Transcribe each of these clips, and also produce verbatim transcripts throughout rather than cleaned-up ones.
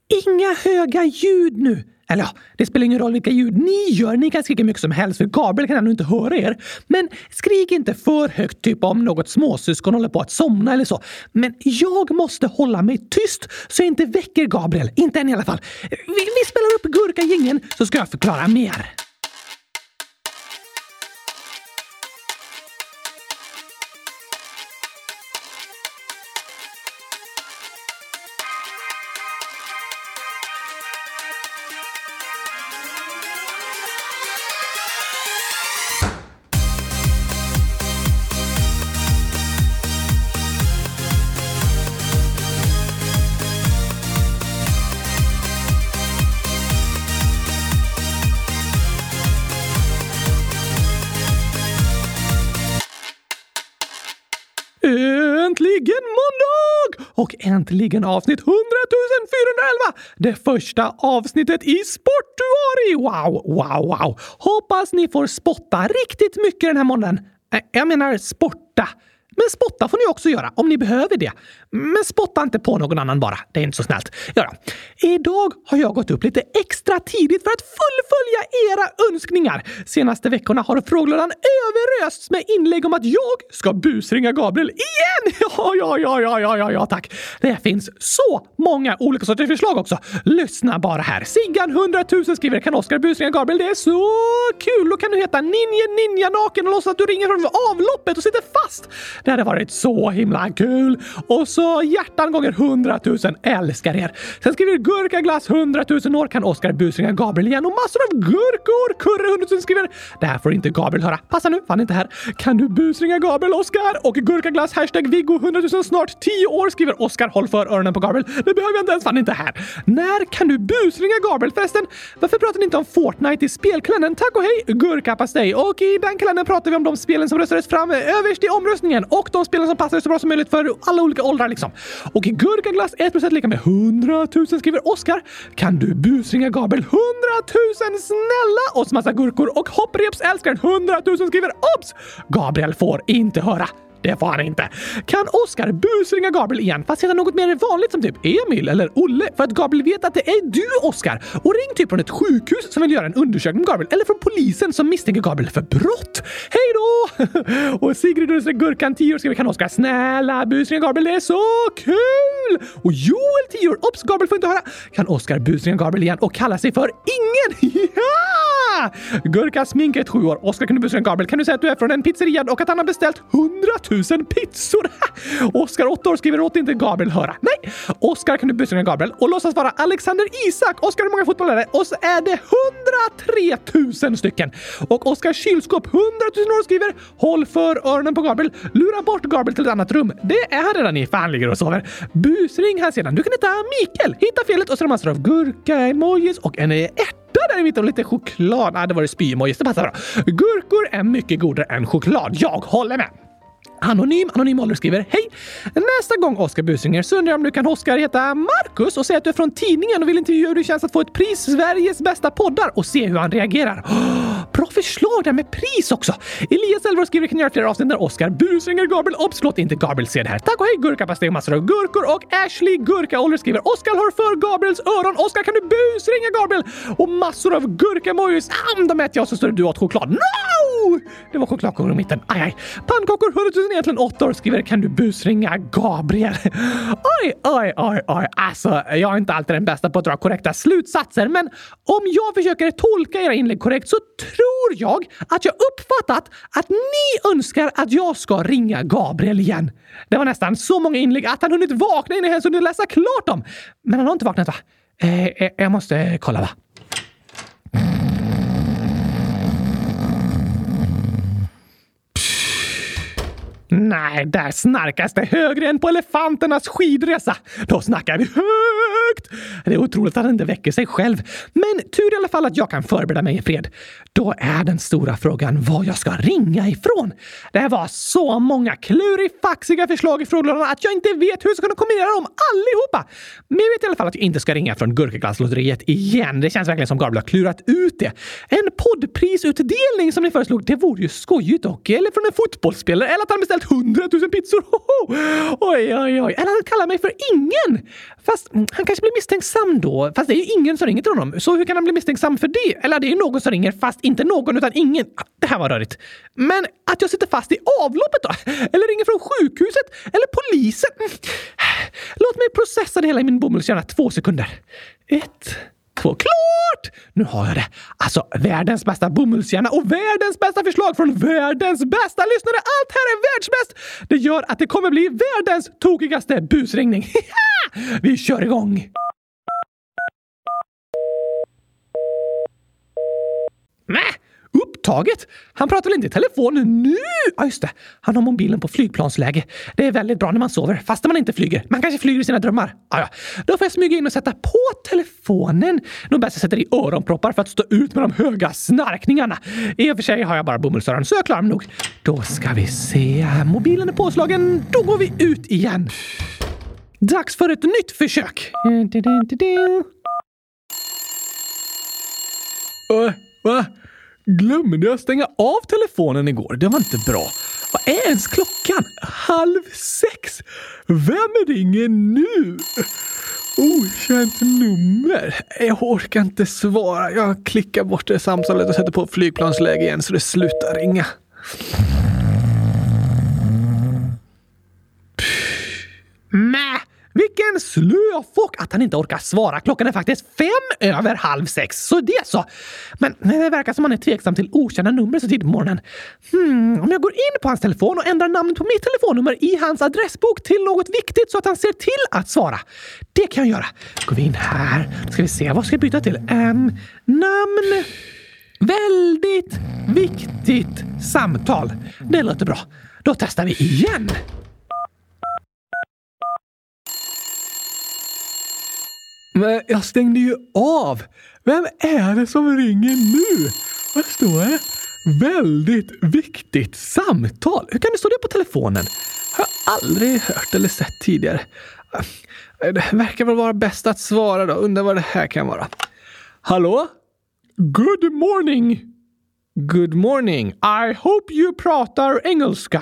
Inga höga ljud nu. Eller ja, det spelar ingen roll vilka ljud ni gör. Ni kan skrika mycket som helst för Gabriel kan ändå inte höra er. Men skrik inte för högt typ om något småsyskon håller på att somna eller så. Men jag måste hålla mig tyst så jag inte väcker Gabriel. Inte än i alla fall. Vi, vi spelar upp Gurka-gängen så ska jag förklara mer. Äntligen måndag! Och äntligen avsnitt hundratusen fyrahundraelva! Det första avsnittet i Sportuari! Wow, wow, wow! Hoppas ni får spotta riktigt mycket den här månaden. Jag menar sporta. Men spotta får ni också göra om ni behöver det. Men spotta inte på någon annan bara. Det är inte så snällt. Ja då. Idag har jag gått upp lite extra tidigt för att fullfölja era önskningar. Senaste veckorna har frågelådan överösts med inlägg om att jag ska busringa Gabriel igen. Ja, ja, ja, ja, ja, ja, ja, tack. Det finns så många olika sorters förslag också. Lyssna bara här. Siggan hundratusen skriver, kan Oskar busringa Gabriel? Det är så kul. Då kan du heta Ninja Ninja Naken och låtsas att du ringer från avloppet och sitter fast. Det hade varit så himla kul. Och så hjärtan gånger hundratusen älskar er. Sen skriver Gurkaglass hundratusen år, kan Oskar busringa Gabriel igen, och massor av gurkor. Kurre hundratusen skriver, det här får inte Gabriel höra. Passa nu, fan inte här. Kan du busringa Gabriel, Oskar? Och Gurkaglass hashtag Viggo hundratusen snart tio år skriver, Oskar håll för öronen på Gabriel. Det behöver jag inte ens, fan inte här. När kan du busringa Gabriel förresten? Varför pratar ni inte om Fortnite i spelkalendern? Tack och hej, Gurkapastej. Och i den kalendern pratar vi om de spelen som röstades fram överst i omröstningen. Och de spelen som passar så bra som möjligt för alla olika åldrar liksom. Och Gurkaglass ett procent lika med hundratusen skriver Oskar. Kan du busringa Gabriel? hundratusen snälla oss massa gurkor. Och Hoppreps älskaren hundratusen skriver Ops! Gabriel får inte höra. Det får han inte. Kan Oskar busringa Gabriel igen fast heta något mer vanligt som typ Emil eller Olle, för att Gabriel vet att det är du, Oskar, och ring typ från ett sjukhus som vill göra en undersökning med Gabriel, eller från polisen som misstänker Gabriel för brott. Hej då! Och Sigrid Ulsre Gurkan tio år skriver, kan Oskar snälla busringa Gabriel? Det är så kul! Och Joel tio år, ops, Gabriel får inte höra. Kan Oskar busringa Gabriel igen och kalla sig för ingen? Ja! Gurka sminket sju år. Oskar, kan du busringa Gabriel? Kan du säga att du är från en pizzeria och att han har beställt hundratusen pizzor? Oskar åtta år skriver, åt inte Gabriel höra. Nej! Oskar, kan du busringa Gabriel och låtsas vara Alexander Isak? Oskar, hur många fotbollare? Och så är det hundratretusen stycken. Och Oskar kylskåp hundratusen år skriver, håll för öronen på Gabriel. Lura bort Gabriel till ett annat rum. Det är han redan i, för han ligger och sover. Busring här sedan. Du kan heta Mikael. Hitta felet och så är det massor av gurka, emojis och en ärta där i mitten och lite choklad. Nej, det var det spy-emojis. Det passar bra. Gurkor är mycket godare än choklad. Jag håller med. Anonym, anonym ålder skriver, hej! Nästa gång Oskar busringer så undrar jag om du kan Oskar heta Marcus och säga att du är från tidningen och vill intervjua hur det känns att få ett pris Sveriges bästa poddar och se hur han reagerar. Oh, bra förslag där med pris också! Elias elva skriver, kan göra flera avsnitt där Oskar busringer Gabriel. Ops, låt inte Gabriel se det här. Tack och hej, Gurkapastej och massor av gurkor. Och Ashley Gurka ålder skriver, Oskar har för Gabriels öron. Oskar, kan du busringa Gabriel? Och massor av gurka-emojis. Ah, de äter jag så står du åt choklad. No! Det var chokladkakor i mitten. Aj, aj. Pannkakor hundratusen egentligen åtta år skriver, kan du busringa Gabriel? Oj, oj, oj, oj. Alltså, jag är inte alltid den bästa på att dra korrekta slutsatser, men om jag försöker tolka era inlägg korrekt så tror jag att jag uppfattat att ni önskar att jag ska ringa Gabriel igen. Det var nästan så många inlägg att han hunnit vakna innan jag ens hunnit läsa klart dem. Men han har inte vaknat, va? Eh, jag måste kolla, va? Nej, där snarkas det högre än på elefanternas skidresa. Då snackar vi högt. Det är otroligt att han inte väcker sig själv. Men tur i alla fall att jag kan förbereda mig i fred. Då är den stora frågan vad jag ska ringa ifrån. Det var så många klurifaxiga förslag i frågorna att jag inte vet hur jag ska kunna kombinera dem allihopa. Men jag vet i alla fall att jag inte ska ringa från Gurkaglasslotteriet igen. Det känns verkligen som Gabriel har klurat ut det. En poddprisutdelning som ni föreslog, det vore ju skojigt och eller från en fotbollsspelare eller att han beställt hundratusen pizzor. Hoho. Oj, oj, oj. Eller han kallar mig för ingen. Fast han kanske blir misstänksam då? Fast det är ju ingen som ringer till honom. Så hur kan han bli misstänksam för det? Eller det är ju någon som ringer fast inte någon utan ingen. Det här var rörigt. Men att jag sitter fast i avloppet då? Eller ringer från sjukhuset? Eller polisen? Låt mig processa det hela i min bomullskärna två sekunder. Ett... Två. Klart! Nu har jag det. Alltså, världens bästa bomullshjärna och världens bästa förslag från världens bästa lyssnare. Allt här är världsbäst. Det gör att det kommer bli världens tokigaste busringning. Vi kör igång. Nä, upptaget. Han pratar väl inte i telefon nu? Ja, just det. Han har mobilen på flygplansläge. Det är väldigt bra när man sover, fast när man inte flyger. Man kanske flyger i sina drömmar. Ja, ja. Då får jag smyga in och sätta på telefonen. Nog bäst jag sätter i öronproppar för att stå ut med de höga snarkningarna. I och för sig har jag bara bomullsöron, så jag klarar mig nog. Då ska vi se. Mobilen är påslagen. Då går vi ut igen. Dags för ett nytt försök. Uh, va? Glömde jag stänga av telefonen igår? Det var inte bra. Vad är ens klockan? Halv sex? Vem ringer nu? Okänt nummer. Jag orkar inte svara. Jag klickar bort det samtalet och sätter på flygplansläge igen så det slutar ringa. Mäh! Vilken slöfock att han inte orkar svara. Klockan är faktiskt fem över halv sex. Så det så. Men det verkar som han är tveksam till okända nummer så tidigt på morgonen. Hmm, om jag går in på hans telefon och ändrar namnet på mitt telefonnummer i hans adressbok till något viktigt så att han ser till att svara. Det kan jag göra. Går vi in här. Då ska vi se. Vad ska jag byta till? Um, namn. Väldigt viktigt samtal. Det låter bra. Då testar vi igen. Men jag stängde ju av. Vem är det som ringer nu? Vad står det? Väldigt viktigt samtal. Hur kan det stå det på telefonen? Har jag aldrig hört eller sett tidigare. Det verkar väl vara bäst att svara då. Undrar vad det här kan vara. Hallå? Good morning. Good morning. I hope you pratar engelska.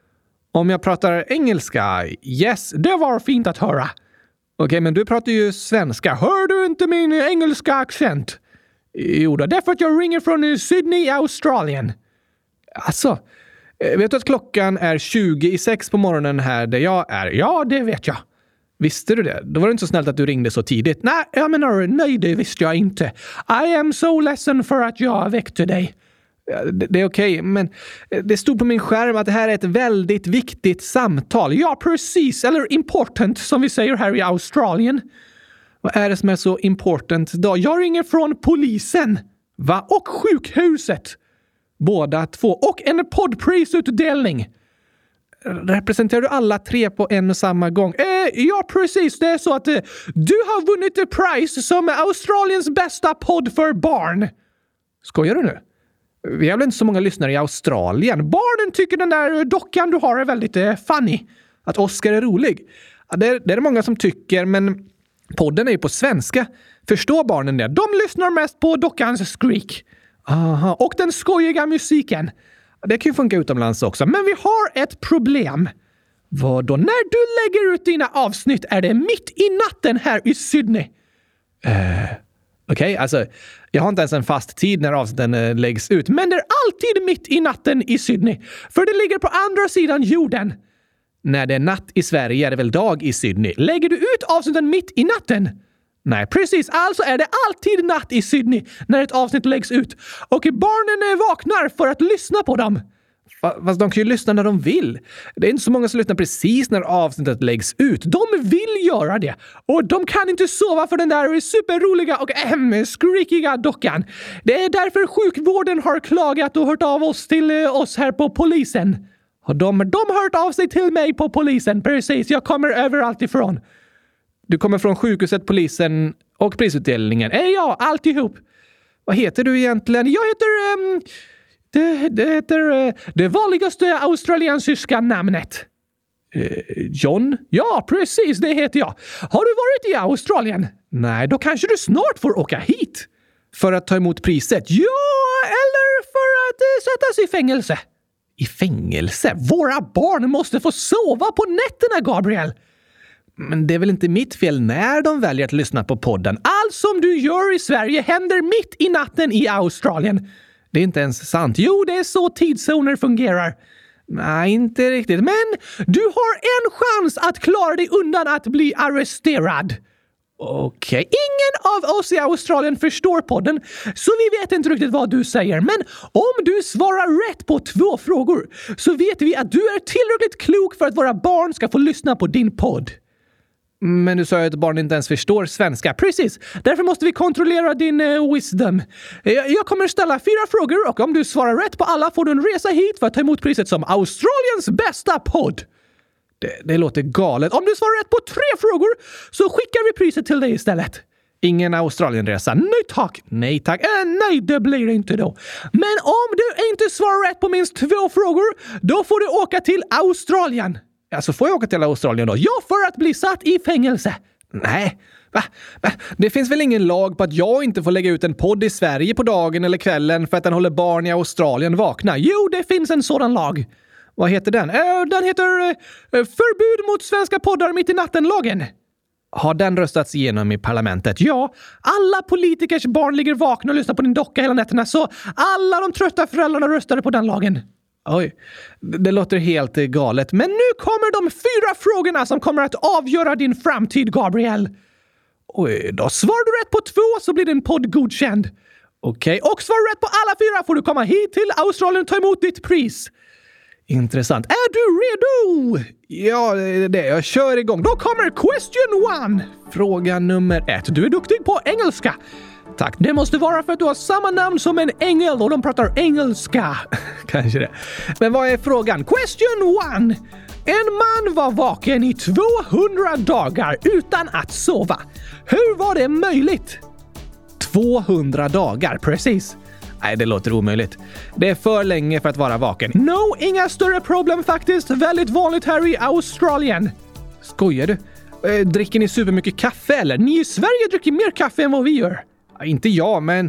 Om jag pratar engelska? Yes, det var fint att höra. Okej, okay, men du pratar ju svenska. Hör du inte min engelska accent? Jo då, därför att jag ringer från Sydney, Australien. Alltså, vet du att klockan är tjugo i sex på morgonen här där jag är? Ja, det vet jag. Visste du det? Då var det inte så snällt att du ringde så tidigt. Nej, jag menar, nej, det visste jag inte. I am so ledsen för att jag väckte dig. Det, det är okej, okay, men det stod på min skärm att det här är ett väldigt viktigt samtal. Ja, precis. Eller important, som vi säger här i Australien. Vad är det som är så important då? Jag ringer från polisen. Va? Och sjukhuset. Båda två. Och en poddprisutdelning. Representerar du alla tre på en och samma gång? Eh, ja, precis. Det är så att eh, du har vunnit ett pris som Australiens bästa podd för barn. Skojar du nu? Vi har väl inte så många lyssnare i Australien. Barnen tycker den där dockan du har är väldigt eh, funny. Att Oscar är rolig. Ja, det, är, det är det många som tycker, men podden är ju på svenska. Förstår barnen det? De lyssnar mest på dockans skrik. Aha, och den skojiga musiken. Det kan ju funka utomlands också. Men vi har ett problem. Vad då? När du lägger ut dina avsnitt är det mitt i natten här i Sydney. Eh... Okej, okay, alltså jag har inte ens en fast tid när avsnitten äh, läggs ut. Men det är alltid mitt i natten i Sydney. För det ligger på andra sidan jorden. När det är natt i Sverige är det väl dag i Sydney. Lägger du ut avsnitten mitt i natten? Nej, precis. Alltså är det alltid natt i Sydney när ett avsnitt läggs ut. Och barnen vaknar för att lyssna på dem. Fast de kan ju lyssna när de vill. Det är inte så många som lyssnar precis när avsnittet läggs ut. De vill göra det. Och de kan inte sova för den där superroliga och ähm, skrikiga dockan. Det är därför sjukvården har klagat och hört av oss till eh, oss här på polisen. Och de, de har hört av sig till mig på polisen. Precis, jag kommer överallt ifrån. Du kommer från sjukhuset, polisen och prisutdelningen. Eh, ja, alltihop. Vad heter du egentligen? Jag heter... Um, det, det heter... Uh, det vanligaste australiensiska namnet. Uh, John? Ja, precis, det heter jag. Har du varit i Australien? Nej, då kanske du snart får åka hit. För att ta emot priset? Ja, eller för att uh, sättas i fängelse. I fängelse? Våra barn måste få sova på nätterna, Gabriel. Men det är väl inte mitt fel när de väljer att lyssna på podden. Allt som du gör i Sverige händer mitt i natten i Australien. Det är inte ens sant. Jo, det är så tidszoner fungerar. Nej, inte riktigt. Men du har en chans att klara dig undan att bli arresterad. Okej, okay. Ingen av oss i Australien förstår podden, så vi vet inte riktigt vad du säger. Men om du svarar rätt på två frågor så vet vi att du är tillräckligt klok för att våra barn ska få lyssna på din podd. Men du sa ju att barn inte ens förstår svenska. Precis, därför måste vi kontrollera din uh, wisdom. Jag, jag kommer ställa fyra frågor och om du svarar rätt på alla får du en resa hit för att ta emot priset som Australiens bästa podd. Det, det låter galet. Om du svarar rätt på tre frågor så skickar vi priset till dig istället. Ingen Australienresa. Nej tack. Nej tack. Äh, nej, det blir det inte då. Men om du inte svarar rätt på minst två frågor, då får du åka till Australien. Alltså får jag åka till Australien då? Ja, för att bli satt i fängelse. Nej. Va? Va? Det finns väl ingen lag på att jag inte får lägga ut en podd i Sverige på dagen eller kvällen för att den håller barn i Australien vakna? Jo, det finns en sådan lag. Vad heter den? Äh, den heter äh, Förbud mot svenska poddar mitt i natten-lagen. Har den röstats igenom i parlamentet? Ja, alla politikers barn ligger vakna och lyssnar på din docka hela nätterna, så alla de trötta föräldrarna röstade på den lagen. Oj, det låter helt galet. Men nu kommer de fyra frågorna som kommer att avgöra din framtid, Gabriel. Oj, då svarar du rätt på två så blir din podd godkänd. Okej, okay. Och svarar du rätt på alla fyra får du komma hit till Australien och ta emot ditt pris. Intressant. Är du redo? Ja, det är jag. Kör igång. Då kommer question one. Fråga nummer ett. Du är duktig på engelska. Tack. Det måste vara för att du har samma namn som en ängel och de pratar engelska. Kanske det. Men vad är frågan? Question one. En man var vaken i tvåhundra dagar utan att sova. Hur var det möjligt? tvåhundra dagar, precis. Nej, det låter omöjligt. Det är för länge för att vara vaken. No, inga större problem faktiskt. Väldigt vanligt här i Australien. Skojar du? Eh, dricker ni supermycket kaffe eller? Ni i Sverige dricker mer kaffe än vad vi gör. Ja, inte jag, men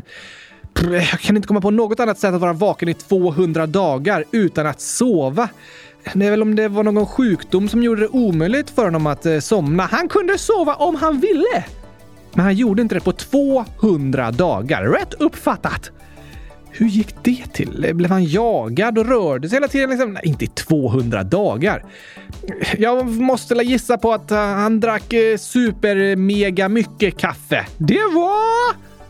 jag kan inte komma på något annat sätt att vara vaken i tvåhundra dagar utan att sova. Det är väl om det var någon sjukdom som gjorde det omöjligt för honom att eh, somna. Han kunde sova om han ville. Men han gjorde inte det på tvåhundra dagar. Rätt uppfattat. Hur gick det till? Blev han jagad och rörde sig hela tiden? Liksom? Nej, inte i tvåhundra dagar. Jag måste gissa på att han drack super mega mycket kaffe. Det var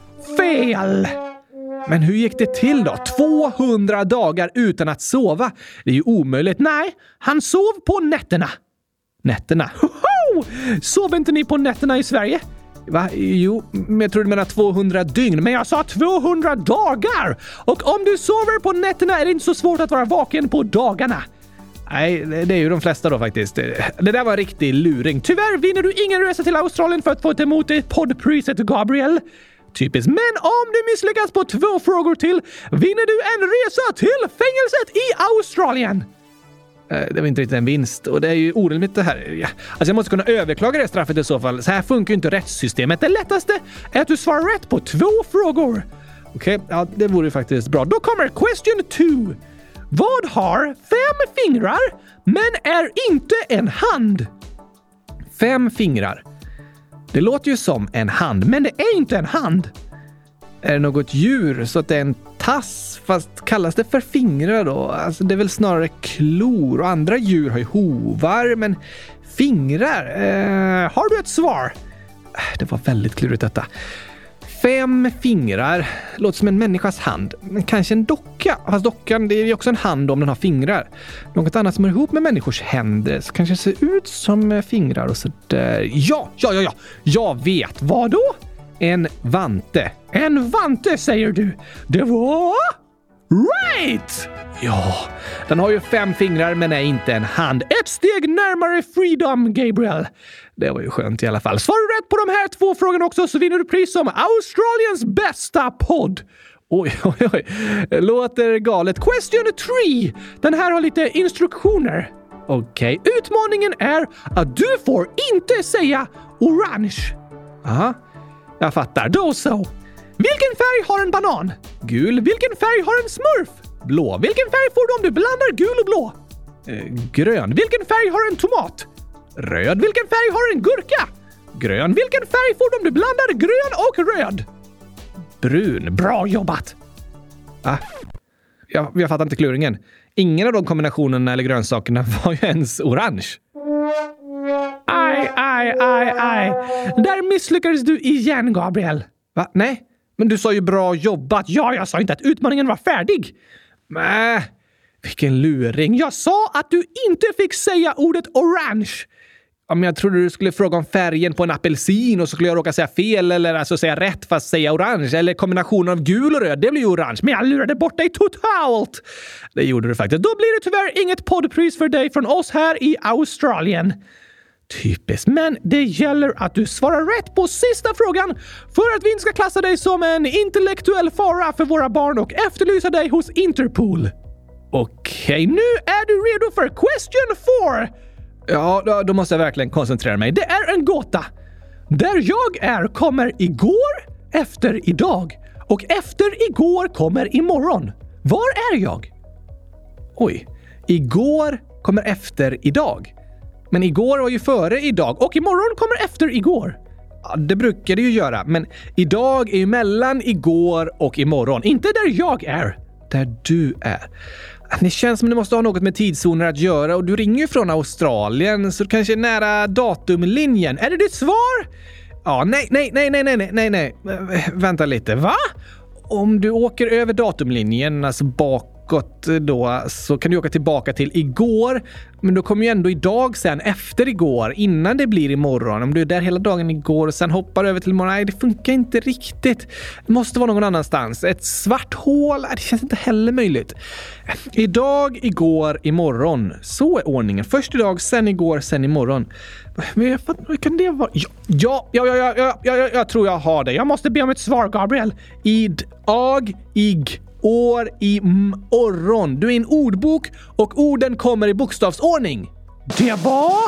fel! Men hur gick det till då? tvåhundra dagar utan att sova? Det är ju omöjligt. Nej, han sov på nätterna. Nätterna? Hoho! Sov inte ni på nätterna i Sverige? Va? Jo, men jag tror du menar tvåhundra dygn. Men jag sa tvåhundra dagar! Och om du sover på nätterna är det inte så svårt att vara vaken på dagarna. Nej, det är ju de flesta då faktiskt. Det där var en riktig luring. Tyvärr vinner du ingen resa till Australien för att få ta emot ett poddpriset, Gabriel. Typiskt. Men om du misslyckas på två frågor till vinner du en resa till fängelset i Australien. Det var inte riktigt en vinst och det är ju orimligt det här. Alltså jag måste kunna överklaga det straffet i så fall. Så här funkar ju inte rättssystemet. Det lättaste är att du svarar rätt på två frågor. Okej, okay, ja det vore ju faktiskt bra. Då kommer question two. Vad har fem fingrar men är inte en hand? Fem fingrar. Det låter ju som en hand, men det är inte en hand. Är det något djur så att det är en tass, fast kallas det för fingrar då? Alltså det är väl snarare klor och andra djur har ju hovar, men fingrar? Eh, har du ett svar? Det var väldigt klurigt detta. Fem fingrar. Låter som en människas hand. Men kanske en docka. Fast dockan, det är ju också en hand om den har fingrar. Något annat som är ihop med människors händer. Så kanske ser ut som fingrar och sådär. Ja, ja, ja, ja. Jag vet. Vad då? En vante. En vante säger du. Det var... right! Ja, den har ju fem fingrar men är inte en hand. Ett steg närmare freedom, Gabriel. Det var ju skönt i alla fall. Svarar du rätt på de här två frågorna också så vinner du pris som Australiens bästa podd. Oj, oj, oj. Låter galet. Question three. Den här har lite instruktioner. Okej, okay. Utmaningen är att du får inte säga orange. Aha, jag fattar. Då så. Vilken färg har en banan? Gul. Vilken färg har en smurf? Blå. Vilken färg får du om du blandar gul och blå? Eh, grön. Vilken färg har en tomat? Röd. Vilken färg har en gurka? Grön. Vilken färg får de om du blandar grön och röd? Brun. Bra jobbat! Ah, jag, jag fattar inte kluringen. Ingen av de kombinationerna eller grönsakerna var ju ens orange. Aj, aj, aj, aj. Där misslyckades du igen, Gabriel. Va? Nej, men du sa ju bra jobbat. Ja, jag sa inte att utmaningen var färdig. Mäh, vilken luring. Jag sa att du inte fick säga ordet orange. Ja, men jag trodde du skulle fråga om färgen på en apelsin och så skulle jag råka säga fel eller alltså säga rätt fast säga orange. Eller kombinationen av gul och röd, det blir ju orange. Men jag lurade bort dig totalt. Det gjorde du faktiskt. Då blir det tyvärr inget poddpris för dig från oss här i Australien. Typiskt, men det gäller att du svarar rätt på sista frågan för att vi inte ska klassa dig som en intellektuell fara för våra barn och efterlysa dig hos Interpol. Okej, nu är du redo för question four. Ja, då måste jag verkligen koncentrera mig. Det är en gåta. Där jag är kommer igår efter idag. Och efter igår kommer imorgon. Var är jag? Oj, igår kommer efter idag. Men igår var ju före idag och imorgon kommer efter igår. Ja, det brukar det ju göra, men idag är ju mellan igår och imorgon. Inte där jag är, där du är. Det känns som det måste ha något med tidszoner att göra och du ringer ju från Australien så du kanske är nära datumlinjen. Är det ditt svar? Ja, nej, nej, nej, nej, nej, nej, nej. Vänta lite, va? Om du åker över datumlinjen, alltså bakåt då, så kan du åka tillbaka till igår. Men då kommer ju ändå idag sen efter igår, innan det blir imorgon. Om du är där hela dagen igår och sen hoppar över till imorgon, nej, det funkar inte riktigt. Det måste vara någon annanstans. Ett svart hål, det känns inte heller möjligt. Idag, igår, imorgon. Så är ordningen. Först idag, sen igår, sen imorgon. Men jag fattar, vad kan det vara? Ja, ja, ja, ja, ja, ja, ja, jag tror jag har det. Jag måste be om ett svar, Gabriel. Id, ag, ig, år, i, morgon. Du är en ordbok och orden kommer i bokstavsordning. Det var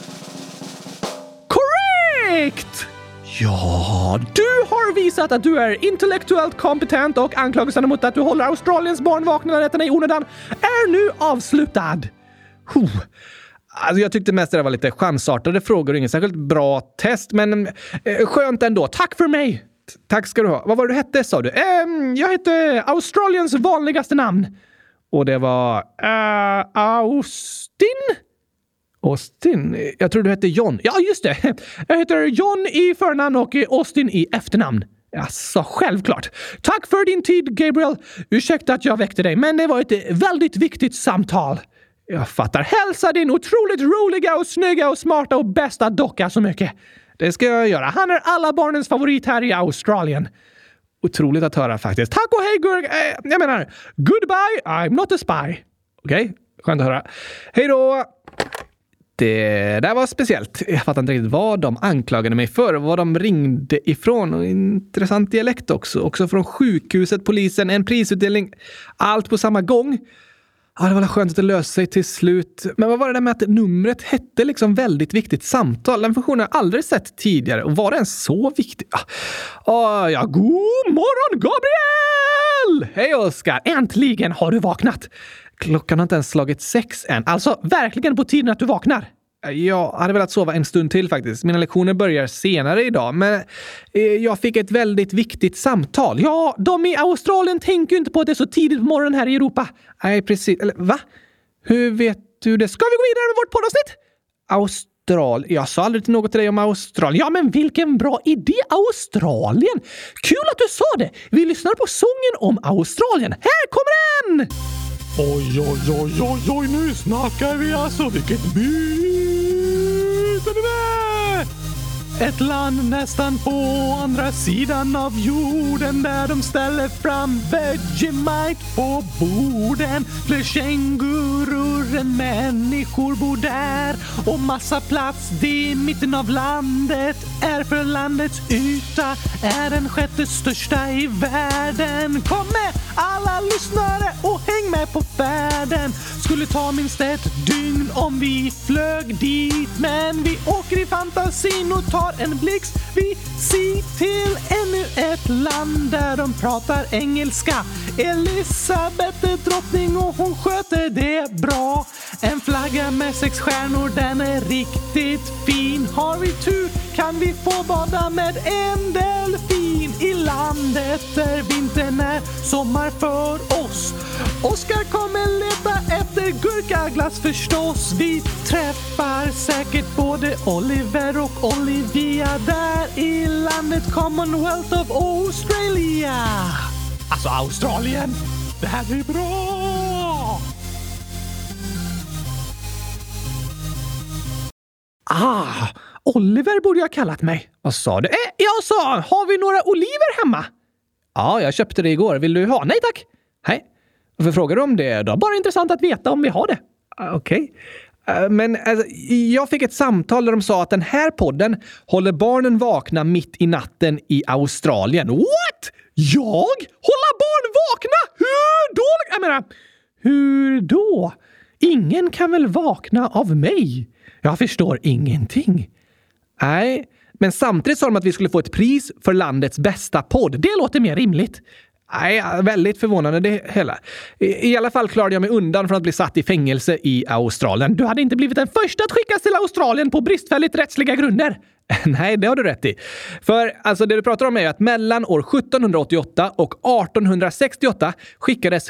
korrekt! Ja, du har visat att du är intellektuellt kompetent och anklagelserna mot att du håller Australiens barn vakna nätterna i onödan är nu avslutad. Huh. Alltså jag tyckte mest det var lite chansartade frågor och ingen särskilt bra test, men eh, skönt ändå. Tack för mig! T- tack ska du ha. Vad var det du hette, sa du? Eh, jag hette Australiens vanligaste namn. Och det var uh, Austin? Austin? Jag tror du hette John. Ja, just det. Jag heter John i förnamn och Austin i efternamn. Alltså, självklart. Tack för din tid, Gabriel. Ursäkta att jag väckte dig, men det var ett väldigt viktigt samtal. Jag fattar. Hälsa din otroligt roliga och snygga och smarta och bästa docka så mycket. Det ska jag göra. Han är alla barnens favorit här i Australien. Otroligt att höra faktiskt. Tack och hej, Gurg. Eh, jag menar, goodbye, I'm not a spy. Okej, okay. Skönt att höra. Hej då! Det där var speciellt. Jag fattar inte riktigt vad de anklagade mig för. Vad de ringde ifrån. Och intressant dialekt också. Också från sjukhuset, polisen, en prisutdelning. Allt på samma gång. Ja, det var skönt att det löste sig till slut. Men vad var det där med att numret hette liksom väldigt viktigt samtal? Den funktionen har jag aldrig sett tidigare. Och var den så viktig? Ah, ja, god morgon, Gabriel! Hej, Oskar! Äntligen har du vaknat. Klockan har inte ens slagit sex än. Alltså, verkligen på tiden att du vaknar. Jag hade velat sova en stund till faktiskt. Mina lektioner börjar senare idag. Men eh, jag fick ett väldigt viktigt samtal. Ja, de i Australien tänker ju inte på att det är så tidigt på morgonen här i Europa. Nej, precis. Eller va? Hur vet du det? Ska vi gå vidare med vårt poddavsnitt? Australien. Jag sa aldrig till något till dig om Australien. Ja, men vilken bra idé, Australien. Kul att du sa det. Vi lyssnar på sången om Australien. Här kommer den! Oj, oj, oj, oj, oj, nu snackar vi alltså. Vilket byte det är! Ett land nästan på andra sidan av jorden där de ställer fram Vegemite på borden. Fler kängurur än människor bor där och massa plats det i mitten av landet är för landets yta är den sjätte största i världen. Kom med alla lyssnare och häng med på färden. Skulle ta minst ett dygn om vi flög dit, men vi åker i fantasin och tar en blixt vi ser till ännu ett land där de pratar engelska. Elisabeth är drottning och hon sköter det bra. En flagga med sex stjärnor, den är riktigt fin. Har vi tur kan vi få bada med en delfin. I landet där vintern är sommar för oss. Oskar kommer leta efter gurkaglass förstås. Vi träffar säkert både Oliver och Olivia där i landet Commonwealth of Australia. Alltså Australien, det här blir bra! Ah, Oliver borde jag ha kallat mig. Vad sa du? Eh, jag sa, har vi några oliver hemma? Ja, jag köpte det igår. Vill du ha? Nej tack. Nej. Varför frågar du om det då? Bara intressant att veta om vi har det. Uh, Okej. Okay. Uh, men alltså, jag fick ett samtal där de sa att den här podden håller barnen vakna mitt i natten i Australien. What? Jag? Hålla barn vakna? Hur då? Jag menar, hur då? Ingen kan väl vakna av mig? Jag förstår ingenting. Nej, men samtidigt sa de att vi skulle få ett pris för landets bästa podd. Det låter mer rimligt. Nej, väldigt förvånande det hela. I, I alla fall klarade jag mig undan från att bli satt i fängelse i Australien. Du hade inte blivit den första att skickas till Australien på bristfälligt rättsliga grunder. Nej, det har du rätt i. För alltså det du pratar om är att mellan år sjuttonhundraåttioåtta och artonhundrasextioåtta skickades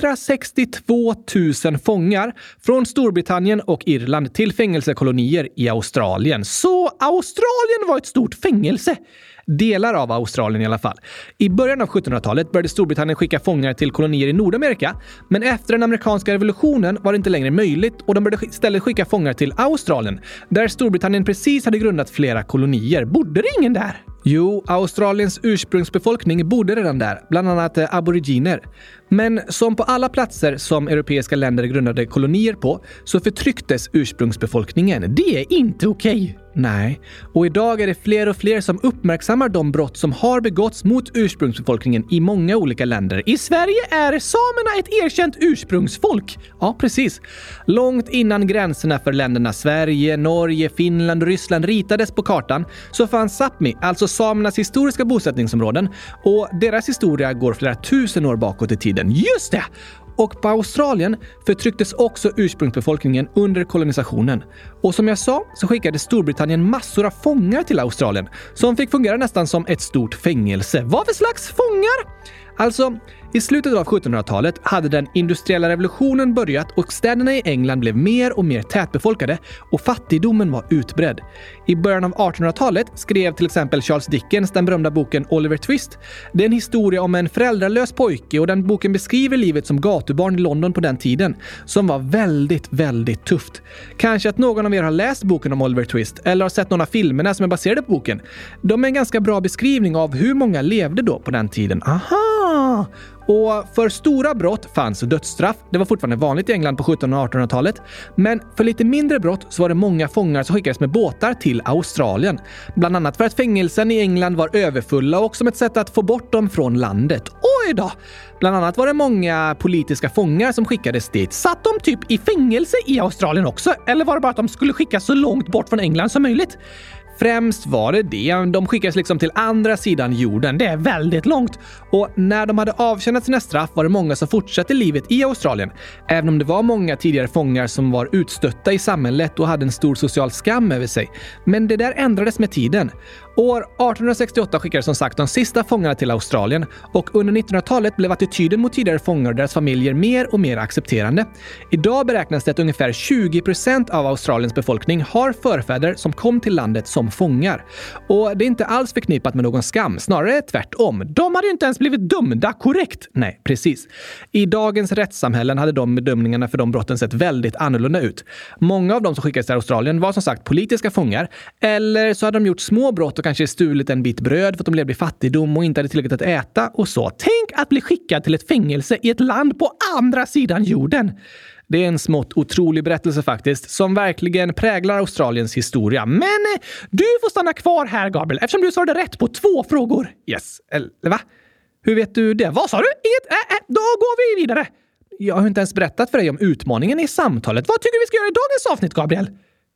hundrasextiotvåtusen fångar från Storbritannien och Irland till fängelsekolonier i Australien. Så Australien var ett stort fängelse. Delar av Australien i alla fall. I början av sjuttonhundratalet började Storbritannien skicka fångar till kolonier i Nordamerika, men efter den amerikanska revolutionen var det inte längre möjligt och de började istället skicka fångar till Australien, där Storbritannien precis hade grundat flera kolonier. Bodde det ingen där? Jo, Australiens ursprungsbefolkning bodde redan där, bland annat aboriginer. Men som på alla platser som europeiska länder grundade kolonier på så förtrycktes ursprungsbefolkningen. Det är inte okej. Nej, och idag är det fler och fler som uppmärksammar de brott som har begåtts mot ursprungsbefolkningen i många olika länder. I Sverige är samerna ett erkänt ursprungsfolk. Ja, precis. Långt innan gränserna för länderna Sverige, Norge, Finland och Ryssland ritades på kartan så fanns Sápmi, alltså samernas historiska bosättningsområden, och deras historia går flera tusen år bakåt i tiden. Just det! Och på Australien förtrycktes också ursprungsbefolkningen under kolonisationen. Och som jag sa så skickade Storbritannien massor av fångar till Australien som fick fungera nästan som ett stort fängelse. Vad för slags fångar? Alltså, i slutet av sjuttonhundratalet hade den industriella revolutionen börjat och städerna i England blev mer och mer tätbefolkade och fattigdomen var utbredd. I början av artonhundratalet skrev till exempel Charles Dickens den berömda boken Oliver Twist. Det är en historia om en föräldralös pojke och den boken beskriver livet som gatubarn i London på den tiden som var väldigt, väldigt tufft. Kanske att någon av er har läst boken om Oliver Twist eller har sett några av filmerna som är baserade på boken. De är en ganska bra beskrivning av hur många levde då på den tiden. Aha! Och för stora brott fanns dödsstraff. Det var fortfarande vanligt i England på sjuttonhundra- och artonhundratalet. Men för lite mindre brott så var det många fångar som skickades med båtar till Australien. Bland annat för att fängelsen i England var överfulla och som ett sätt att få bort dem från landet. Oj då! Bland annat var det många politiska fångar som skickades dit. Satt de typ i fängelse i Australien också? Eller var det bara att de skulle skickas så långt bort från England som möjligt? Främst var det det. De skickades liksom till andra sidan jorden. Det är väldigt långt. Och när de hade avtjänat sina straff var det många som fortsatte livet i Australien. Även om det var många tidigare fångar som var utstötta i samhället och hade en stor social skam över sig. Men det där ändrades med tiden. År artonhundrasextioåtta skickades som sagt de sista fångarna till Australien och under nittonhundratalet blev attityden mot tidigare fångar och deras familjer mer och mer accepterande. Idag beräknas det att ungefär tjugo procent av Australiens befolkning har förfäder som kom till landet som fångar. Och det är inte alls förknippat med någon skam, snarare tvärtom. De hade ju inte ens blivit dömda korrekt. Nej, precis. I dagens rättssamhällen hade de bedömningarna för de brotten sett väldigt annorlunda ut. Många av de som skickades till Australien var som sagt politiska fångar, eller så hade de gjort små brott och kanske stulit en bit bröd för att de levde i fattigdom och inte hade tillräckligt att äta och så. Tänk att bli skickad till ett fängelse i ett land på andra sidan jorden. Det är en smått otrolig berättelse faktiskt, som verkligen präglar Australiens historia. Men eh, du får stanna kvar här, Gabriel, eftersom du svarade rätt på två frågor. Yes, eller va? Hur vet du det? Vad sa du? Inget? Äh, äh, då går vi vidare. Jag har inte ens berättat för dig om utmaningen i samtalet. Vad tycker du vi ska göra i dagens avsnitt, Gabriel?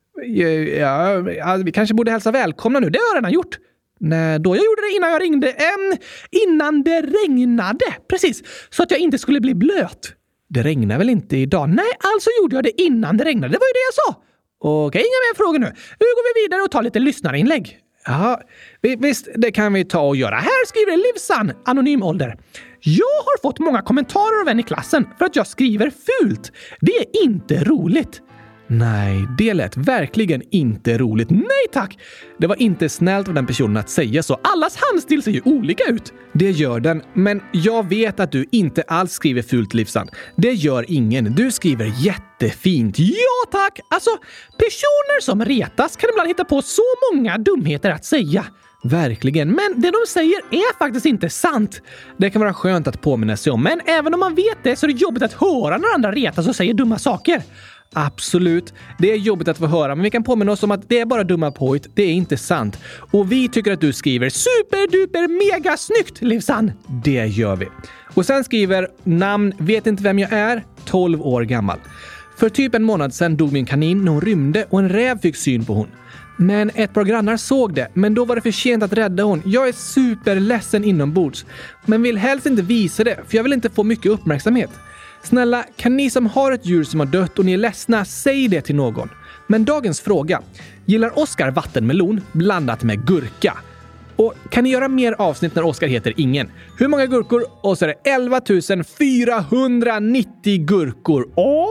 Ja, ja, vi kanske borde hälsa välkomna nu. Det har jag redan gjort. Nej, då jag gjorde det innan jag ringde. Ähm, innan det regnade. Precis, så att jag inte skulle bli blöt. Det regnar väl inte idag? Nej, alltså gjorde jag det innan det regnade. Det var ju det jag sa. Okej, inga mer frågor nu. Nu går vi vidare och tar lite lyssnarinlägg. Ja, visst, det kan vi ta och göra. Här skriver Livsan, anonym ålder. Jag har fått många kommentarer av en i klassen för att jag skriver fult. Det är inte roligt. Nej, det lät verkligen inte roligt. Nej tack! Det var inte snällt av den personen att säga så. Allas handstil ser ju olika ut. Det gör den, men jag vet att du inte alls skriver fult, Livsan. Det gör ingen. Du skriver jättefint. Ja tack! Alltså, personer som retas kan ibland hitta på så många dumheter att säga. Verkligen, men det de säger är faktiskt inte sant. Det kan vara skönt att påminna sig om, men även om man vet det så är det jobbigt att höra när andra retas och säger dumma saker. Absolut, det är jobbigt att få höra, men vi kan påminna oss om att det är bara dumma påhitt, det är inte sant. Och vi tycker att du skriver superduper mega snyggt, Livsan. Det gör vi. Och sen skriver namn, vet inte vem jag är, tolv år gammal. För typ en månad sedan dog min kanin när hon rymde och en räv fick syn på hon. Men ett par grannar såg det, men då var det för sent att rädda hon. Jag är superledsen inombords, men vill helst inte visa det, för jag vill inte få mycket uppmärksamhet. Snälla, kan ni som har ett djur som har dött och ni är ledsna, säg det till någon. Men dagens fråga. Gillar Oskar vattenmelon blandat med gurka? Och kan ni göra mer avsnitt när Oskar heter ingen? Hur många gurkor? Och så är det elva tusen fyrahundranittio gurkor.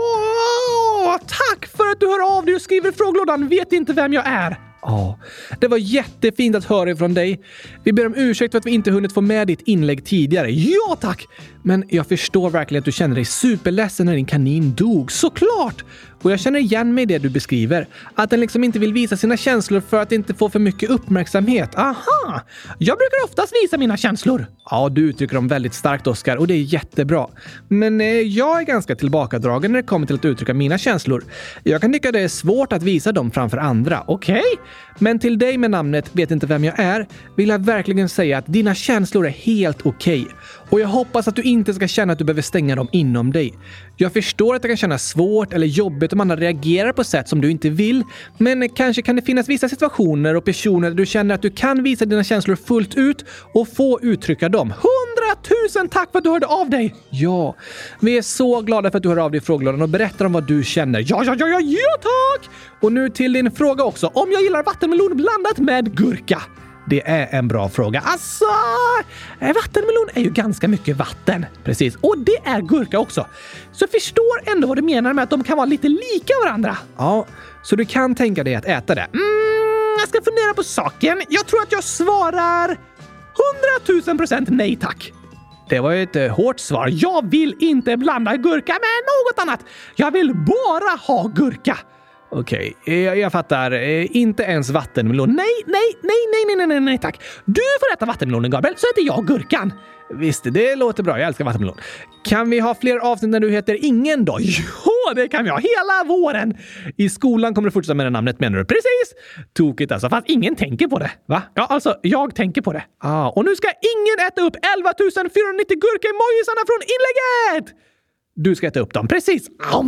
Åh, tack för att du hör av dig och skriver i frågelådan. Vet inte vem jag är. Ja, det var jättefint att höra ifrån dig. Vi ber om ursäkt för att vi inte hunnit få med ditt inlägg tidigare. Ja, tack! Men jag förstår verkligen att du känner dig superledsen när din kanin dog. Såklart! Och jag känner igen mig i det du beskriver. Att den liksom inte vill visa sina känslor för att inte få för mycket uppmärksamhet. Aha! Jag brukar oftast visa mina känslor. Ja, du uttrycker dem väldigt starkt, Oskar, och det är jättebra. Men eh, jag är ganska tillbakadragen när det kommer till att uttrycka mina känslor. Jag kan tycka det är svårt att visa dem framför andra. Okej? Okay? Men till dig med namnet vet inte vem jag är vill jag verkligen säga att dina känslor är helt okej. Okay. Och jag hoppas att du inte ska känna att du behöver stänga dem inom dig. Jag förstår att det kan kännas svårt eller jobbigt om andra reagerar på sätt som du inte vill. Men kanske kan det finnas vissa situationer och personer där du känner att du kan visa dina känslor fullt ut och få uttrycka dem. Hundratusen tack för att du hörde av dig! Ja, vi är så glada för att du hör av dig i frågelådan och berättar om vad du känner. Ja, ja, ja, ja, ja tack! Och nu till din fråga också. Om jag gillar vattenmelon blandat med gurka. Det är en bra fråga. Alltså, vattenmelon är ju ganska mycket vatten. Precis, och det är gurka också. Så jag förstår ändå vad du menar med att de kan vara lite lika varandra. Ja, så du kan tänka dig att äta det. Mm, jag ska fundera på saken. Jag tror att jag svarar hundratusen procent nej tack. Det var ju ett uh, hårt svar. Jag vill inte blanda gurka med något annat. Jag vill bara ha gurka. Okej, okay, jag, jag fattar. Eh, inte ens vattenmelon. Nej, nej, nej, nej, nej, nej, nej, tack. Du får äta vattenmelonen, Gabriel, så äter jag gurkan. Visst, det låter bra. Jag älskar vattenmelon. Kan vi ha fler avsnitt när du heter ingen då? Ja, det kan vi ha. Hela våren. I skolan kommer du fortsätta med det namnet, menar du? Precis. Tokigt alltså, fast ingen tänker på det. Va? Ja, alltså, jag tänker på det. Ah, och nu ska ingen äta upp elva tusen fyrahundranittio gurka-emojisarna från inlägget! Du ska äta upp dem, precis.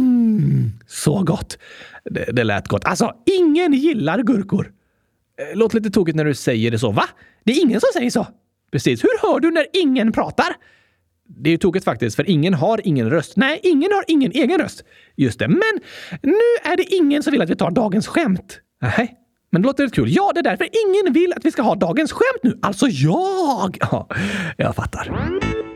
Mm, så gott. Det, det lät gott. Alltså, ingen gillar gurkor. Låt lite tokigt när du säger det så, va? Det är ingen som säger så. Precis. Hur hör du när ingen pratar? Det är ju tokigt faktiskt, för ingen har ingen röst. Nej, ingen har ingen egen röst. Just det, men nu är det ingen som vill att vi tar dagens skämt. Nej, men det låter lite kul. Ja, det är därför ingen vill att vi ska ha dagens skämt nu. Alltså jag! Ja, jag fattar.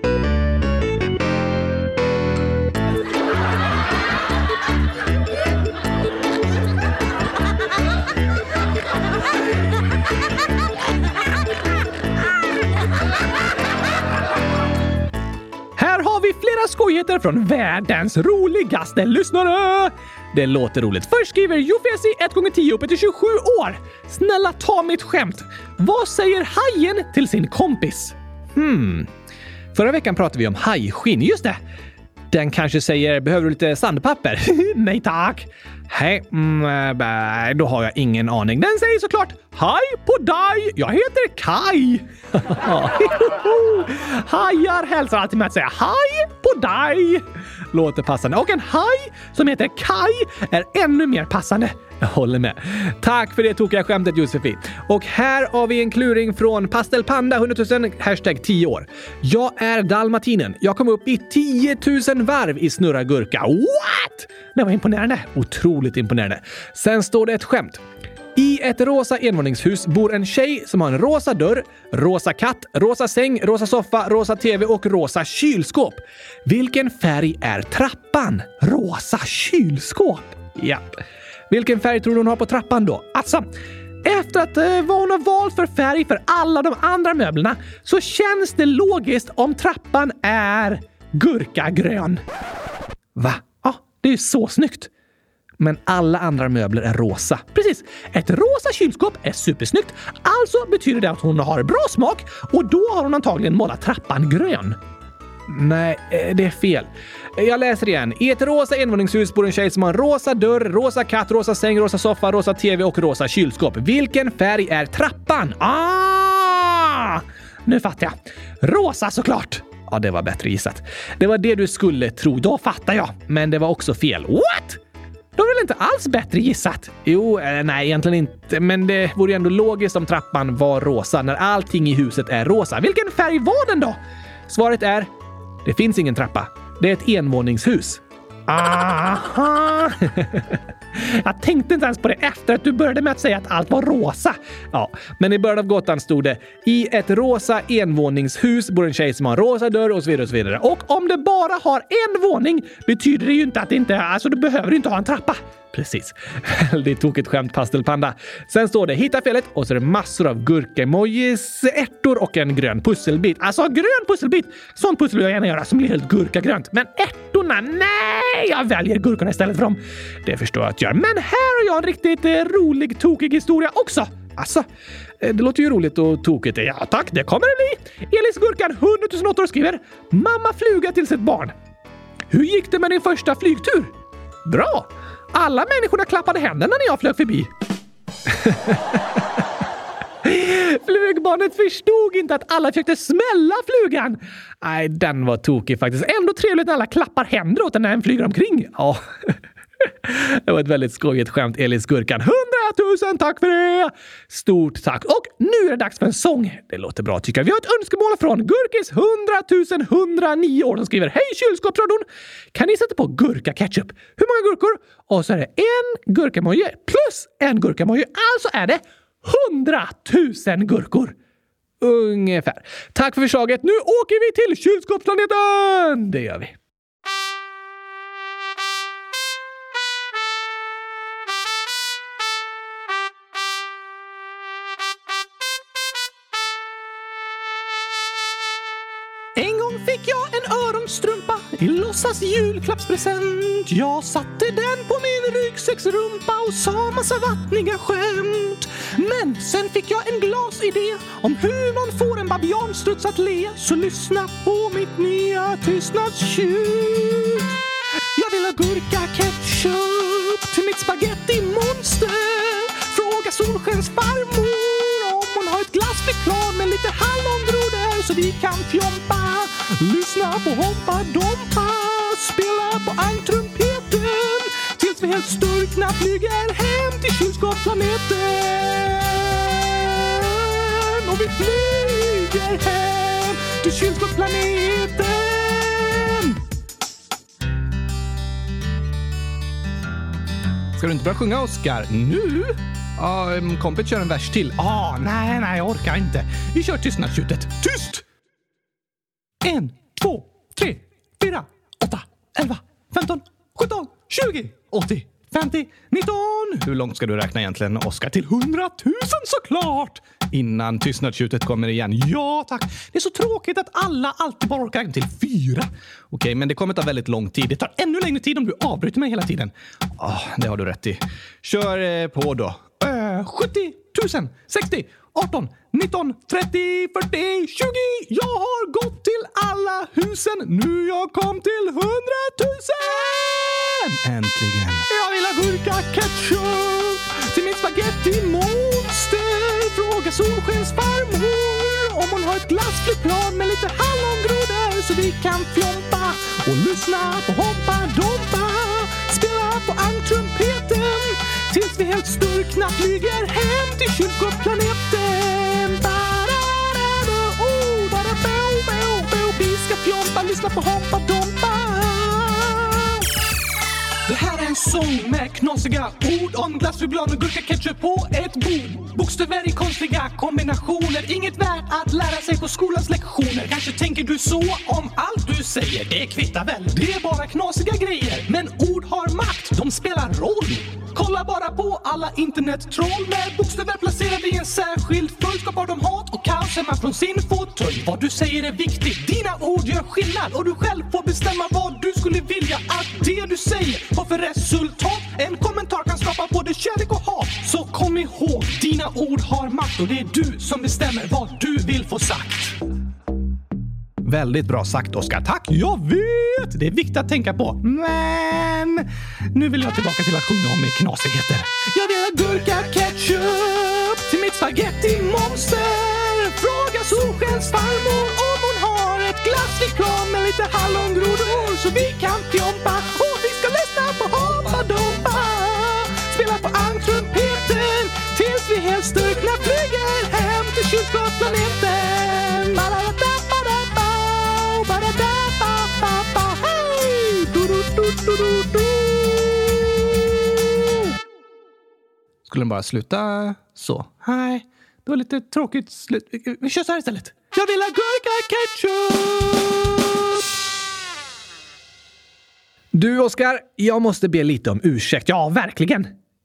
Flera skojheter från världens roligaste lyssnare. Det låter roligt. Först skriver Jofesi ett gånger tio uppe till tjugosju år. Snälla ta mitt skämt. Vad säger hajen till sin kompis? Hmm. Förra veckan pratade vi om hajskinn. Just det. Den kanske säger, behöver du lite sandpapper? Nej tack. Hej, mm, då har jag ingen aning. Den säger såklart, hej på dig, jag heter Kai. Hajar hälsar alltid med att säga hej på dig. låter passande. Och en haj som heter Kai är ännu mer passande. Jag håller med. Tack för det tokiga skämtet, Josefin. Och här har vi en kluring från Pastelpanda hundratusen, hashtag tio år. Jag är dalmatinen. Jag kom upp i tio tusen varv i snurra gurka. What? Det var imponerande. Otroligt imponerande. Sen står det ett skämt. I ett rosa envåningshus bor en tjej som har en rosa dörr, rosa katt, rosa säng, rosa soffa, rosa tv och rosa kylskåp. Vilken färg är trappan? Rosa kylskåp? Ja. Vilken färg tror du hon har på trappan då? Alltså, efter att eh, vad hon har valt för färg för alla de andra möblerna så känns det logiskt om trappan är gurkagrön. Va? Ja, det är ju så snyggt. Men alla andra möbler är rosa. Precis. Ett rosa kylskåp är supersnyggt. Alltså betyder det att hon har bra smak och då har hon antagligen målat trappan grön. Nej, det är fel. Jag läser igen. I ett rosa envåningshus bor en tjej som har en rosa dörr, rosa katt, rosa säng, rosa soffa, rosa tv och rosa kylskåp. Vilken färg är trappan? Ah! Nu fattar jag. Rosa såklart. Ja, det var bättre gissat. Det var det du skulle tro. Då fattar jag. Men det var också fel. What? Det var väl inte alls bättre gissat? Jo, eh, nej egentligen inte. Men det vore ju ändå logiskt om trappan var rosa när allting i huset är rosa. Vilken färg var den då? Svaret är, det finns ingen trappa. Det är ett envåningshus. Aha! Jag tänkte inte ens på det efter att du började med att säga att allt var rosa. Ja, men i början av gatan stod det i ett rosa envåningshus bor en tjej som har en rosa dörr och så vidare och så vidare. Och om det bara har en våning betyder det ju inte att det inte, alltså du behöver inte ha en trappa. Precis. Det tog ett skämt, Pastelpanda. Sen står det hitta felet och så är det massor av gurka-emojis, ärtor och en grön pusselbit. Alltså grön pusselbit. Sånt pussel vill jag gärna göra som blir helt gurkagrönt. Men ärtorna, nej! Jag väljer gurkorna istället för dem. Det förstår jag att jag gör. Men här har jag en riktigt eh, rolig, tokig historia också. Alltså, det låter ju roligt och tokigt. Ja tack, det kommer det bli. Elis Gurkan, hundratusen åtta år skriver mamma fluga till sitt barn. Hur gick det med din första flygtur? Bra! Alla människorna klappade händerna när jag flög förbi. Flugbarnet förstod inte att alla försökte smälla flugan. Nej, den var tokig faktiskt. Ändå trevligt när alla klappar händer åt den när den flyger omkring. Ja. Det var ett väldigt skojigt skämt, Elis Gurkan. Hundratusen tack för det! Stort tack. Och nu är det dags för en sång. Det låter bra tycker jag. Vi har ett önskemål från Gurkis hundratusen etthundranio år som skriver hej kylskåpsradion. Kan ni sätta på gurka ketchup? Hur många gurkor? Och så är det en gurkamoje plus en gurkamoje. Alltså är det hundratusen gurkor. Ungefär. Tack för förslaget. Nu åker vi till kylskåpsplaneten! Det gör vi. En gång fick jag en öronstrumpa i låtsas julklappspresent. Jag satte den på min ryggsäcksrumpa och sa massa vattniga skämt. Men sen fick jag en glasidé om hur man får en babianstruts att le. Så lyssna på mitt nya tystnadstjut. Jag vill ha gurka ketchup till mitt spaghetti-monster. Fråga Solskens farmor om hon har ett glassflygplan med lite hallongrodor så vi kan fjompa. Lyssna på Hoppa Dompa, spela på ankrumpeten tills vi helt sturkna flyger hem till kylskåpsplaneten. Och vi flyger hem till kylskåpsplaneten. Ska du inte börja sjunga, Oscar? Nu? Ja, um, kompet kör en vers till. Ah, nej, nej, jag orkar inte. Vi kör tystnadstjutet. Tyst! En, två, tre, fyra, åtta, elva, femton, sjutton, tjugo, åttio, femtio, nitton. Hur långt ska du räkna egentligen, Oscar? Till hundratusen såklart! Innan tystnadstjutet kommer igen. Ja, tack. Det är så tråkigt att alla alltid bara orkar räkna till fyra. Okej, men det kommer ta väldigt lång tid. Det tar ännu längre tid om du avbryter mig hela tiden. Oh, det har du rätt i. Kör eh, på då. Uh, sjuttio tusen, sextio, arton, nitton, trettio, fyrtio, tjugo. Jag har gått till alla husen. Nu jag kom till hundratusen. Äntligen. Jag vill ha gurka ketchup till mitt spaghetti-monster. Fråga Solskens farmor om hon har ett glassflygplan med lite hallongrodor så så vi kan fjompa och lyssna på Hoppa Dompa. Spela på ankrumpeten tills vi helt styrkna flyger hem till kyrkoplaneten. Ba-da-da-da, oh, ba-da-bo-bo-bo. Vi ska fjompa, lyssna på Hoppa Dompa. Det här är en sång med knasiga ord om glass, choklad och gurka ketchup på ett bord. Bokstäver i konstiga kombinationer, inget värt att lära sig på skolans lektioner. Kanske tänker du så om allt du säger, det kvittar väl, det är bara knasiga grejer. Men ord har makt, de spelar roll. Kolla bara på alla internettroll med bokstäver placerade i en särskild följd. Skapar de hat och kaos hemma från sin fåtölj. Vad du säger är viktigt, dina ord gör skillnad och du själv får bestämma vad du skulle vilja att det du säger har för resultat. En kommentar kan skapa både kärlek och hat. Så kom ihåg, dina ord har makt och det är du som bestämmer vad du vill få sagt. Väldigt bra sagt, Oskar. Tack, jag vet! Det är viktigt att tänka på. Men nu vill jag tillbaka till att sjunga om knasigheter. Jag vill ha gurka ketchup till mitt spaghetti-monster. Fråga Solskens farmor om hon har ett glassreklam med lite hallongrodor så vi kan fjompa och vi ska lyssna på Hoppa Dompa. Spela på ankrumpeten tills vi helt styrkna flyger hem till kyrkoplaneten. Skulle den bara sluta så? Nej, det var lite tråkigt slut. Vi kör så här istället. Jag vill ha gurka ketchup! Du, Oskar, jag måste be lite om ursäkt. Ja, verkligen.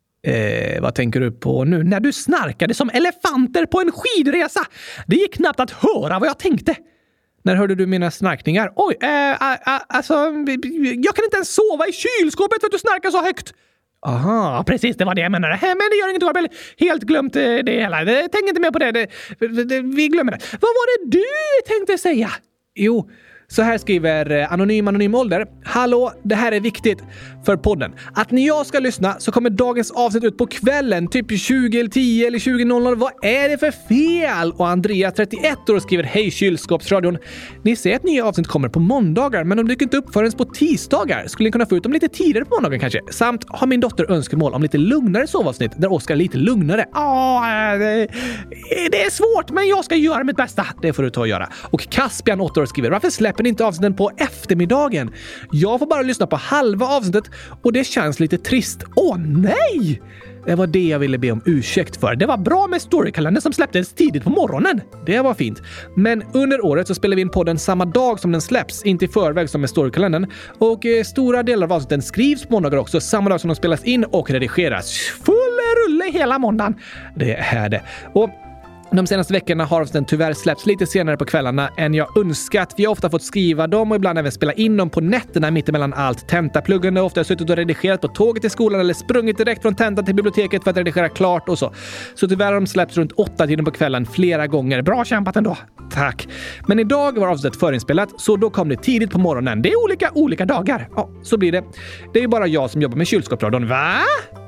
Eh, vad tänker du på nu? När du snarkade som elefanter på en skidresa. Det gick knappt att höra vad jag tänkte. När hörde du mina snarkningar? Oj, eh, äh, äh, alltså, jag kan inte ens sova i kylskåpet för att du snarkar så högt. Aha, precis, det var det jag menade. Men det gör inget, jag har helt glömt det hela. Tänk inte mer på det. Det, det. Vi glömmer det. Vad var det du tänkte säga? Jo, så här skriver Anonym Anonym Ålder. Hallå, det här är viktigt för podden. Att när jag ska lyssna så kommer dagens avsnitt ut på kvällen. Typ tjugo eller tio eller tjugo noll noll. Vad är det för fel? Och Andrea, trettioett år, skriver hej kylskåpsradion. Ni säger att nya avsnitt kommer på måndagar, men de dyker inte upp förrän på tisdagar. Skulle ni kunna få ut dem lite tidigare på måndagen kanske? Samt har min dotter önskemål om lite lugnare sovavsnitt där Oskar är lite lugnare. Ja, det, det är svårt, men jag ska göra mitt bästa. Det får du ta och göra. Och Caspian, åtta år, skriver varför släpper ni inte avsnitten på eftermiddagen? Jag får bara lyssna på halva avsnittet och det känns lite trist. Åh nej! Det var det jag ville be om ursäkt för. Det var bra med Storykalendern som släpptes tidigt på morgonen. Det var fint. Men under året så spelar vi in podden samma dag som den släpps, inte i förväg som med Storykalendern. Och eh, stora delar av avsnitten skrivs på måndagar också, samma dag som de spelas in och redigeras. Full rulle hela måndagen. Det är det. Och de senaste veckorna har den tyvärr släppts lite senare på kvällarna än jag önskat. Vi har ofta fått skriva dem och ibland även spela in dem på nätterna mittemellan allt tentapluggande. Ofta har jag suttit och redigerat på tåget till skolan eller sprungit direkt från tentan till biblioteket för att redigera klart och så. Så tyvärr har de släppts runt åtta tiden på kvällen flera gånger. Bra kämpat ändå. Tack. Men idag var avsnittet förinspelat så då kom det tidigt på morgonen. Det är olika, olika dagar. Ja, så blir det. Det är ju bara jag som jobbar med kylskåpsradion. Va?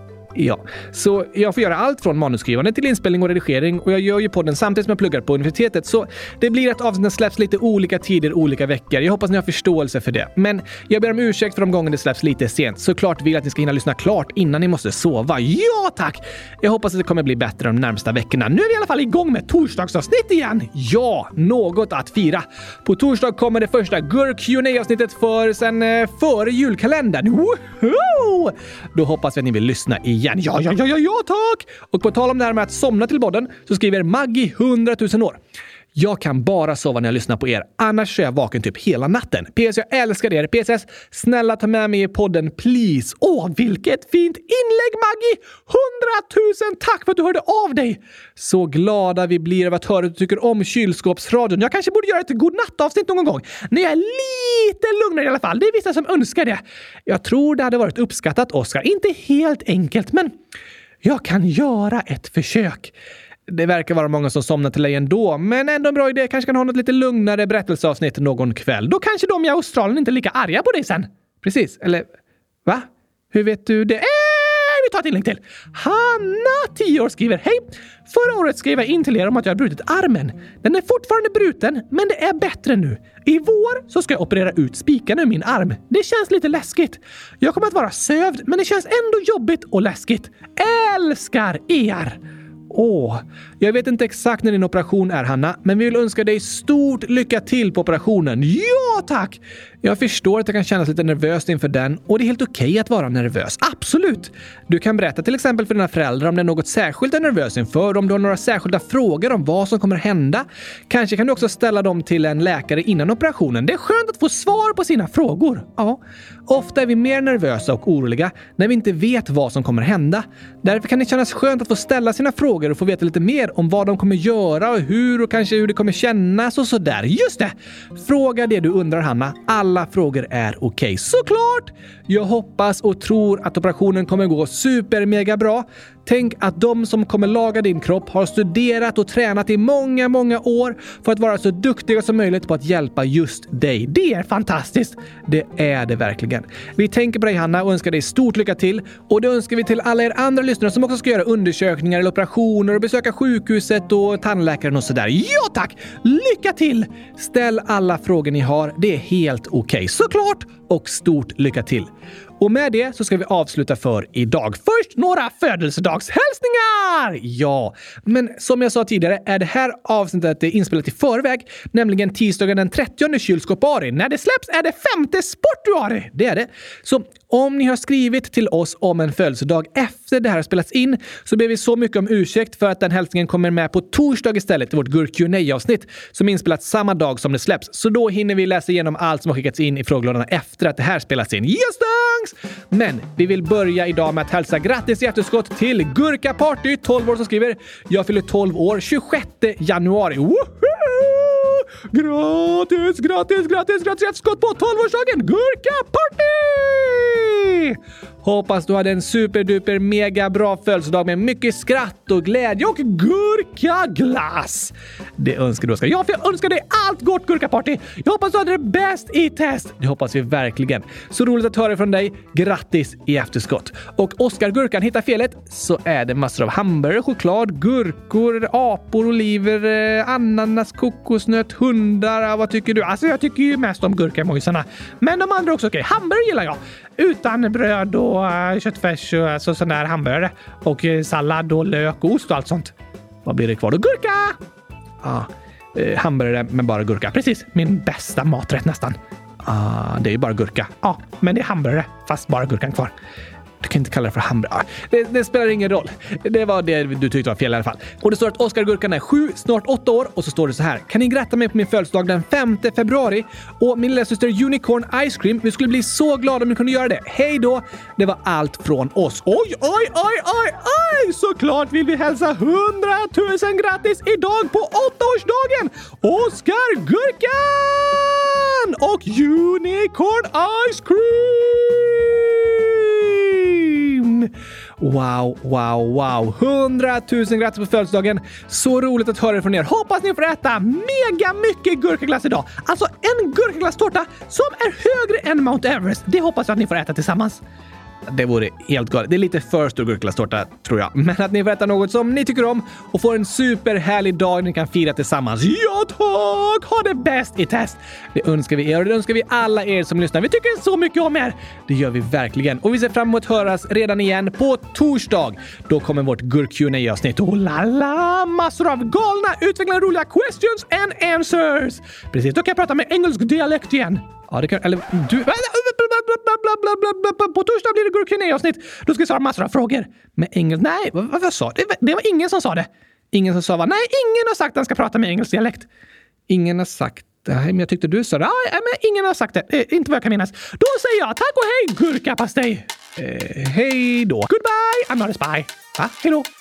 Ja, så jag får göra allt från manusskrivande till inspelning och redigering och jag gör ju podden samtidigt som jag pluggar på universitetet så det blir att avsnitten släpps lite olika tider, olika veckor. Jag hoppas ni har förståelse för det. Men jag ber om ursäkt för de gånger det släpps lite sent. Såklart vill jag att ni ska hinna lyssna klart innan ni måste sova. Ja, tack! Jag hoppas att det kommer bli bättre de närmsta veckorna. Nu är vi i alla fall igång med torsdagsavsnitt igen. Ja, något att fira. På torsdag kommer det första Gurk Q and A-avsnittet för sen eh, före julkalendern. Woho! Då hoppas vi att ni vill lyssna igen. Ja, ja, ja, ja, ja, tack! Och på tal om det här med att somna till podden så skriver Maggie hundratusen år. Jag kan bara sova när jag lyssnar på er. Annars är jag vaken typ hela natten. P S, jag älskar er. P S S, snälla ta med mig i podden, please. Åh, vilket fint inlägg, Maggie! Hundratusen tack för att du hörde av dig. Så glada vi blir av att höra att du tycker om kylskåpsradion. Jag kanske borde göra ett godnattavsnitt någon gång. När jag är lite lugnare i alla fall. Det är vissa som önskar det. Jag tror det hade varit uppskattat, Oskar. Inte helt enkelt, men jag kan göra ett försök. Det verkar vara många som somnar till dig ändå, men ändå en bra idé. Kanske kan ha något lite lugnare berättelseavsnitt någon kväll. Då kanske de i Australien inte är lika arga på dig sen. Precis, eller va? Hur vet du det? Äh, vi ta ett inlägg till. Hanna, tio år, skriver: hej! Förra året skrev jag in till er om att jag har brutit armen. Den är fortfarande bruten, men det är bättre nu. I vår så ska jag operera ut spikarna ur min arm. Det känns lite läskigt. Jag kommer att vara sövd, men det känns ändå jobbigt och läskigt. Älskar er! Åh, jag vet inte exakt när din operation är, Hanna, men vi vill önska dig stort lycka till på operationen. Ja, tack! Jag förstår att det kan kännas lite nervöst inför den, och det är helt okej att vara nervös. Absolut! Du kan berätta till exempel för dina föräldrar om det är något särskilt du är nervös inför, om du har några särskilda frågor om vad som kommer hända. Kanske kan du också ställa dem till en läkare innan operationen. Det är skönt att få svar på sina frågor. Ja, ofta är vi mer nervösa och oroliga när vi inte vet vad som kommer hända. Därför kan det kännas skönt att få ställa sina frågor och få veta lite mer om vad de kommer göra och hur och kanske hur det kommer kännas och sådär. Just det! Fråga det du undrar, Hanna. Alla frågor är okej. Okay. Såklart! Jag hoppas och tror att operationen kommer gå super mega bra. Tänk att de som kommer laga din kropp har studerat och tränat i många, många år för att vara så duktiga som möjligt på att hjälpa just dig. Det är fantastiskt. Det är det verkligen. Vi tänker på dig, Hanna, och önskar dig stort lycka till. Och det önskar vi till alla er andra lyssnare som också ska göra undersökningar eller operationer och besöka sjukhuset och tandläkaren och sådär. Ja, tack! Lycka till! Ställ alla frågor ni har. Det är helt okej. Okay. Såklart! Och stort lycka till! Och med det så ska vi avsluta för idag. Först några födelsedagshälsningar! Ja, men som jag sa tidigare är det här avsnittet inspelat i förväg, nämligen tisdagen den trettionde kylskåpari. När det släpps är det femte sportuari. Det är det. Så om ni har skrivit till oss om en födelsedag efter det här har spelats in så ber vi så mycket om ursäkt för att den hälsningen kommer med på torsdag istället i vårt Gurk Q and A-avsnitt som är inspelat samma dag som det släpps. Så då hinner vi läsa igenom allt som har skickats in i frågelådan efter att det här spelas in. Yes, thanks! Men vi vill börja idag med att hälsa grattis i efterskott till Gurka Party, tolv år, som skriver: jag fyller tolv år tjugosjätte januari. Woho! Gratis, gratis, gratis, gratis i efterskott på tolvårsdagen Gurka Party! Hoppas du hade en superduper mega bra födelsedag med mycket skratt och glädje och gurkaglass. Det önskar du, Oskar. Ja, för jag önskar dig allt gott, Gurka Party. Jag hoppas du hade det bäst i test. Det hoppas vi verkligen. Så roligt att höra från dig. Grattis i efterskott. Och Oskar Gurkan hittar felet så är det massor av hamburgare, choklad, gurkor, apor, oliver, ananas, kokosnöt, hundar. Vad tycker du? Alltså jag tycker ju mest om gurkamojsarna. Men de andra också okej. Okay. Hamburgare gillar jag. Utan bröd och uh, köttfärs och alltså, sån där hamburgare. Och uh, sallad och lök och ost och allt sånt. Vad blir det kvar då? Gurka! Ja, ah, uh, hamburgare med bara gurka. Precis, min bästa maträtt nästan. Ah, det är ju bara gurka. Ja, ah, men det är hamburgare fast bara gurkan kvar. Du kan inte kalla det för hamburgare. Det, det spelar ingen roll. Det var det du tyckte var fel i alla fall. Och det står att Oskar Gurkan är sju, snart åtta år. Och så står det så här: kan ni gratta mig på min födelsedag den femte februari? Och min lilla syster Unicorn Ice Cream. Vi skulle bli så glada om ni kunde göra det. Hej då! Det var allt från oss. Oj, oj, oj, oj, oj! Såklart vill vi hälsa hundratusen grattis idag på åttaårsdagen! Oskar Gurkan! Och Unicorn Ice Cream! Wow, wow, wow. Hundratusen grattis på födelsedagen. Så roligt att höra det från er. Hoppas ni får äta mega mycket gurkaglass idag. Alltså en gurkaglasstårta som är högre än Mount Everest. Det hoppas jag att ni får äta tillsammans. Det vore helt galet. Det är lite för stor gurkaglasstårta, tror jag. Men att ni får äta något som ni tycker om och får en superhärlig dag ni kan fira tillsammans. Ja, tack! Ha det bäst i test! Det önskar vi er och det önskar vi alla er som lyssnar. Vi tycker så mycket om er. Det gör vi verkligen. Och vi ser fram emot att höras redan igen på torsdag. Då kommer vårt Gurk Q and A-avsnitt. Oh la la! Massor av galna, utvecklande, roliga questions and answers. Precis, då kan jag prata med engelsk dialekt igen. Ja, det kan... Eller... Du... På torsdag blir det Gurk Q and A-avsnitt. Då ska vi svara massor av frågor. Med engelsk... Nej, vad, vad sa det? Det var ingen som sa det. Ingen som sa vad? Nej, ingen har sagt att han ska prata med engelsk dialekt. Ingen har sagt det. Men jag tyckte du sa det. Ja, men ingen har sagt det. Eh, inte vad jag kan minnas. Då säger jag tack och hej, gurkapastej. Eh, hej då. Goodbye, I'm not a spy. Va? Hej då.